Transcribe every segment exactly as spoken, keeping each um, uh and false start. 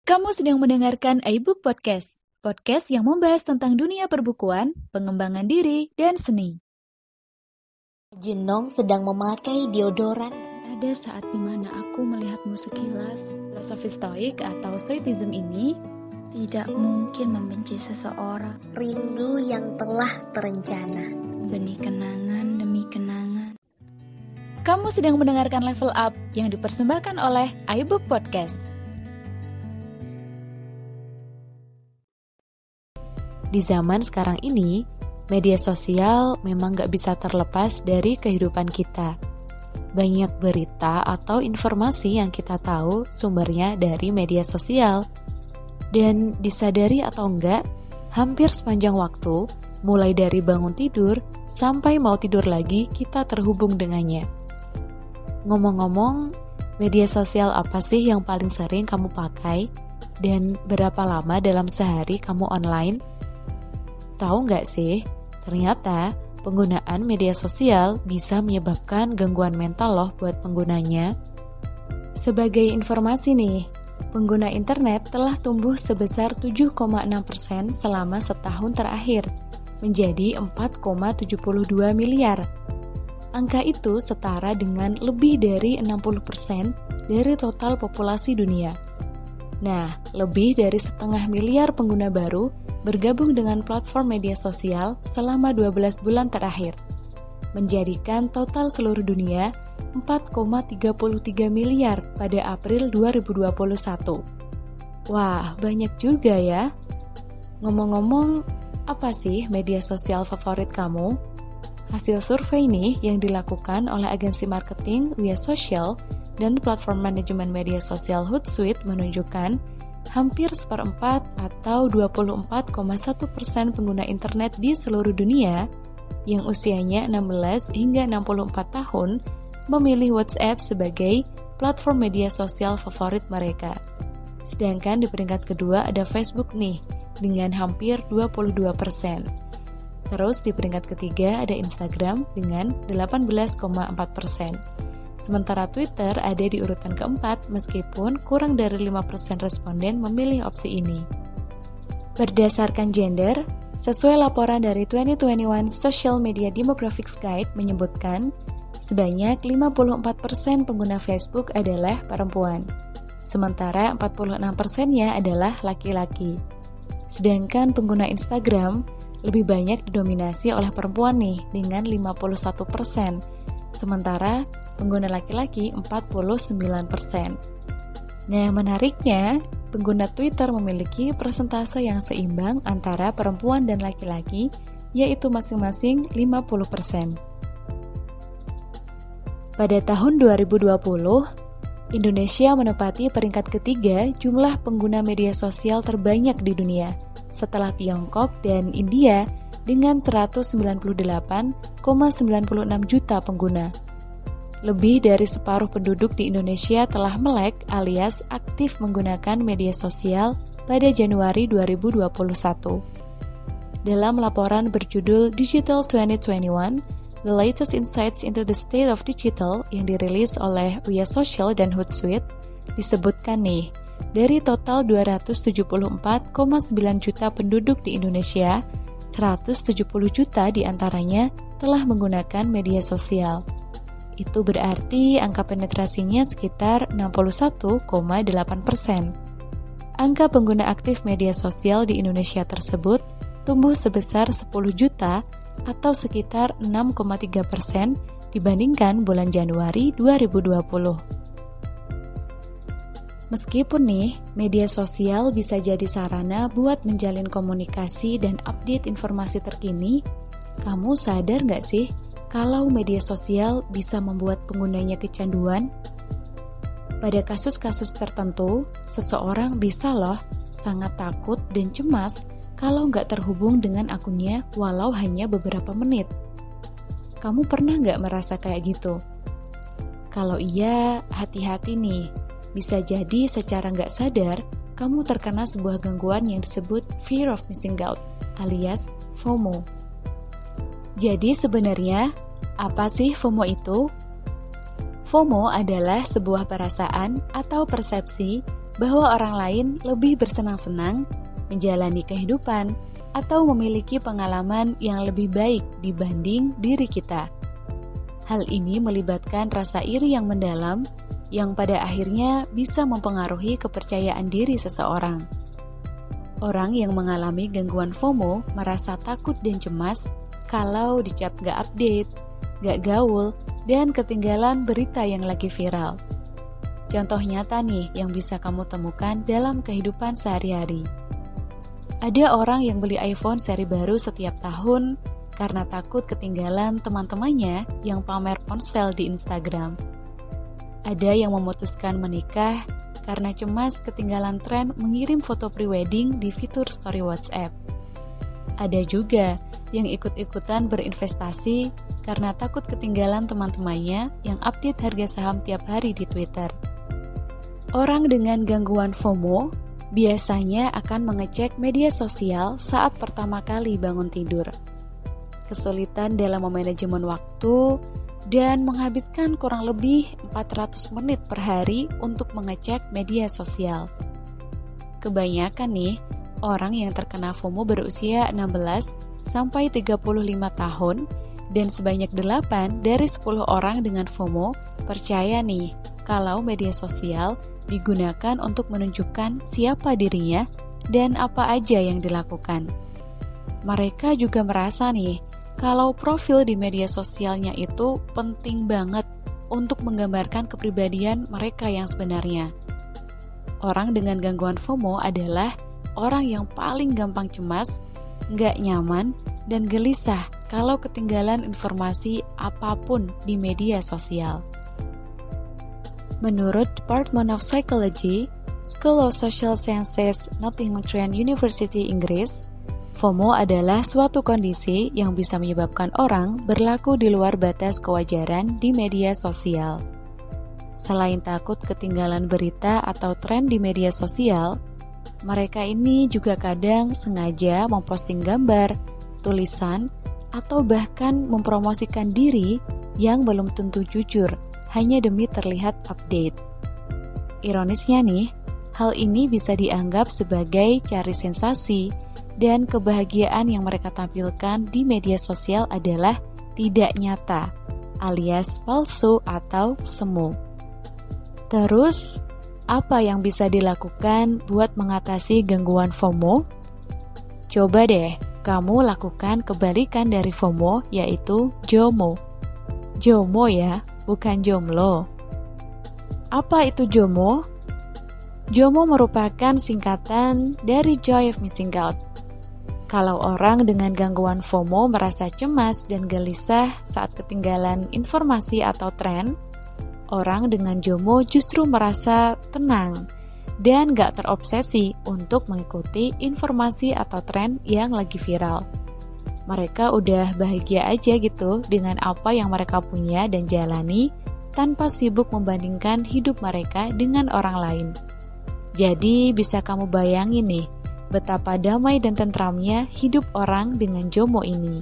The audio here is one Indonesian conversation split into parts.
Kamu sedang mendengarkan iBook Podcast, podcast yang membahas tentang dunia perbukuan, pengembangan diri, dan seni. Jenong sedang memakai deodoran. Ada saat dimana aku melihatmu sekilas, filosofi stoik atau stoicism ini tidak mungkin membenci seseorang. Rindu yang telah terencana. Benih kenangan demi kenangan. Kamu sedang mendengarkan Level Up yang dipersembahkan oleh iBook Podcast. Di zaman sekarang ini, media sosial memang gak bisa terlepas dari kehidupan kita. Banyak berita atau informasi yang kita tahu sumbernya dari media sosial. Dan disadari atau enggak, hampir sepanjang waktu, mulai dari bangun tidur sampai mau tidur lagi, kita terhubung dengannya. Ngomong-ngomong, media sosial apa sih yang paling sering kamu pakai? Dan berapa lama dalam sehari kamu online? Tahu nggak sih, ternyata penggunaan media sosial bisa menyebabkan gangguan mental loh buat penggunanya. Sebagai informasi nih, pengguna internet telah tumbuh sebesar tujuh koma enam persen selama setahun terakhir, menjadi empat koma tujuh dua miliar. Angka itu setara dengan lebih dari enam puluh persen dari total populasi dunia. Nah, lebih dari setengah miliar pengguna baru bergabung dengan platform media sosial selama dua belas bulan terakhir, menjadikan total seluruh dunia empat koma tiga tiga miliar pada April dua ribu dua puluh satu. Wah, banyak juga ya. Ngomong-ngomong, apa sih media sosial favorit kamu? Hasil survei nih yang dilakukan oleh agensi marketing We Are Social dan platform manajemen media sosial Hootsuite menunjukkan hampir seperempat atau dua puluh empat koma satu persen pengguna internet di seluruh dunia yang usianya enam belas hingga enam puluh empat tahun memilih WhatsApp sebagai platform media sosial favorit mereka. Sedangkan di peringkat kedua ada Facebook nih dengan hampir dua puluh dua persen. Terus di peringkat ketiga ada Instagram dengan delapan belas koma empat persen. Sementara Twitter ada di urutan keempat meskipun kurang dari lima persen responden memilih opsi ini. Berdasarkan gender, sesuai laporan dari dua ribu dua puluh satu Social Media Demographics Guide menyebutkan sebanyak lima puluh empat persen pengguna Facebook adalah perempuan, sementara empat puluh enam persen-nya adalah laki-laki. Sedangkan pengguna Instagram lebih banyak didominasi oleh perempuan nih dengan lima puluh satu persen. Sementara pengguna laki-laki empat puluh sembilan persen. Nah, menariknya, pengguna Twitter memiliki persentase yang seimbang antara perempuan dan laki-laki, yaitu masing-masing lima puluh persen. Pada tahun dua ribu dua puluh, Indonesia menempati peringkat ketiga jumlah pengguna media sosial terbanyak di dunia, setelah Tiongkok dan India dengan seratus sembilan puluh delapan koma sembilan enam juta pengguna. Lebih dari separuh penduduk di Indonesia telah melek alias aktif menggunakan media sosial pada Januari dua ribu dua puluh satu. Dalam laporan berjudul Digital dua ribu dua puluh satu, The Latest Insights into the State of Digital yang dirilis oleh We Are Social dan Hootsuite, disebutkan nih, dari total dua ratus tujuh puluh empat koma sembilan juta penduduk di Indonesia, seratus tujuh puluh juta diantaranya telah menggunakan media sosial. Itu berarti angka penetrasinya sekitar enam puluh satu koma delapan persen. Angka pengguna aktif media sosial di Indonesia tersebut tumbuh sebesar sepuluh juta atau sekitar enam koma tiga persen dibandingkan bulan Januari dua ribu dua puluh. Meskipun nih, media sosial bisa jadi sarana buat menjalin komunikasi dan update informasi terkini, kamu sadar nggak sih kalau media sosial bisa membuat penggunanya kecanduan? Pada kasus-kasus tertentu, seseorang bisa loh sangat takut dan cemas kalau nggak terhubung dengan akunnya walau hanya beberapa menit. Kamu pernah nggak merasa kayak gitu? Kalau iya, hati-hati nih. Bisa jadi secara nggak sadar, kamu terkena sebuah gangguan yang disebut fear of missing out, alias FOMO. Jadi sebenarnya, apa sih FOMO itu? FOMO adalah sebuah perasaan atau persepsi bahwa orang lain lebih bersenang-senang, menjalani kehidupan, atau memiliki pengalaman yang lebih baik dibanding diri kita. Hal ini melibatkan rasa iri yang mendalam, yang pada akhirnya bisa mempengaruhi kepercayaan diri seseorang. Orang yang mengalami gangguan FOMO merasa takut dan cemas kalau dicap gak update, gak gaul, dan ketinggalan berita yang lagi viral. Contoh nyata nih yang bisa kamu temukan dalam kehidupan sehari-hari. Ada orang yang beli iPhone seri baru setiap tahun karena takut ketinggalan teman-temannya yang pamer ponsel di Instagram. Ada yang memutuskan menikah karena cemas ketinggalan tren mengirim foto prewedding di fitur story WhatsApp. Ada juga yang ikut-ikutan berinvestasi karena takut ketinggalan teman-temannya yang update harga saham tiap hari di Twitter. Orang dengan gangguan FOMO biasanya akan mengecek media sosial saat pertama kali bangun tidur. Kesulitan dalam memanajemen waktu dan menghabiskan kurang lebih empat ratus menit per hari untuk mengecek media sosial. Kebanyakan nih, orang yang terkena FOMO berusia enam belas sampai tiga puluh lima tahun, dan sebanyak delapan dari sepuluh orang dengan FOMO percaya nih kalau media sosial digunakan untuk menunjukkan siapa dirinya dan apa aja yang dilakukan. Mereka juga merasa nih kalau profil di media sosialnya itu penting banget untuk menggambarkan kepribadian mereka yang sebenarnya. Orang dengan gangguan FOMO adalah orang yang paling gampang cemas, nggak nyaman, dan gelisah kalau ketinggalan informasi apapun di media sosial. Menurut Department of Psychology, School of Social Sciences, Nottingham Trent University, Inggris, FOMO adalah suatu kondisi yang bisa menyebabkan orang berlaku di luar batas kewajaran di media sosial. Selain takut ketinggalan berita atau tren di media sosial, mereka ini juga kadang sengaja memposting gambar, tulisan, atau bahkan mempromosikan diri yang belum tentu jujur hanya demi terlihat update. Ironisnya nih, hal ini bisa dianggap sebagai cari sensasi, dan kebahagiaan yang mereka tampilkan di media sosial adalah tidak nyata, alias palsu atau semu. Terus, apa yang bisa dilakukan buat mengatasi gangguan FOMO? Coba deh, kamu lakukan kebalikan dari FOMO, yaitu JOMO. JOMO ya, bukan jomblo. Apa itu JOMO? JOMO merupakan singkatan dari Joy of Missing Out. Kalau orang dengan gangguan FOMO merasa cemas dan gelisah saat ketinggalan informasi atau tren, orang dengan JOMO justru merasa tenang dan gak terobsesi untuk mengikuti informasi atau tren yang lagi viral. Mereka udah bahagia aja gitu dengan apa yang mereka punya dan jalani tanpa sibuk membandingkan hidup mereka dengan orang lain. Jadi bisa kamu bayangin nih, betapa damai dan tentramnya hidup orang dengan JOMO ini.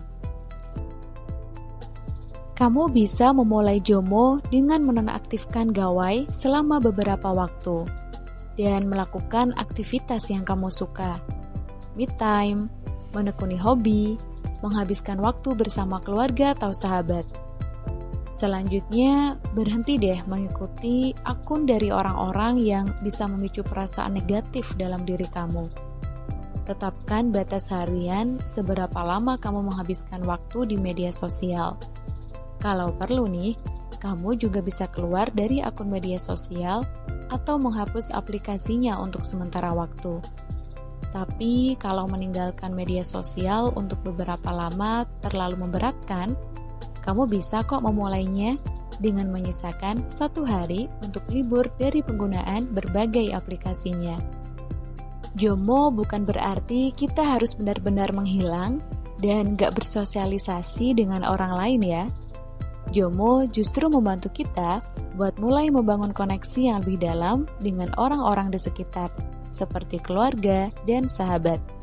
Kamu bisa memulai JOMO dengan menonaktifkan gawai selama beberapa waktu dan melakukan aktivitas yang kamu suka. Me time, menekuni hobi, menghabiskan waktu bersama keluarga atau sahabat. Selanjutnya, berhenti deh mengikuti akun dari orang-orang yang bisa memicu perasaan negatif dalam diri kamu. Tetapkan batas harian seberapa lama kamu menghabiskan waktu di media sosial. Kalau perlu nih, kamu juga bisa keluar dari akun media sosial atau menghapus aplikasinya untuk sementara waktu. Tapi kalau meninggalkan media sosial untuk beberapa lama terlalu memberatkan, kamu bisa kok memulainya dengan menyisakan satu hari untuk libur dari penggunaan berbagai aplikasinya. JOMO bukan berarti kita harus benar-benar menghilang dan gak bersosialisasi dengan orang lain ya. JOMO justru membantu kita buat mulai membangun koneksi yang lebih dalam dengan orang-orang di sekitar, seperti keluarga dan sahabat.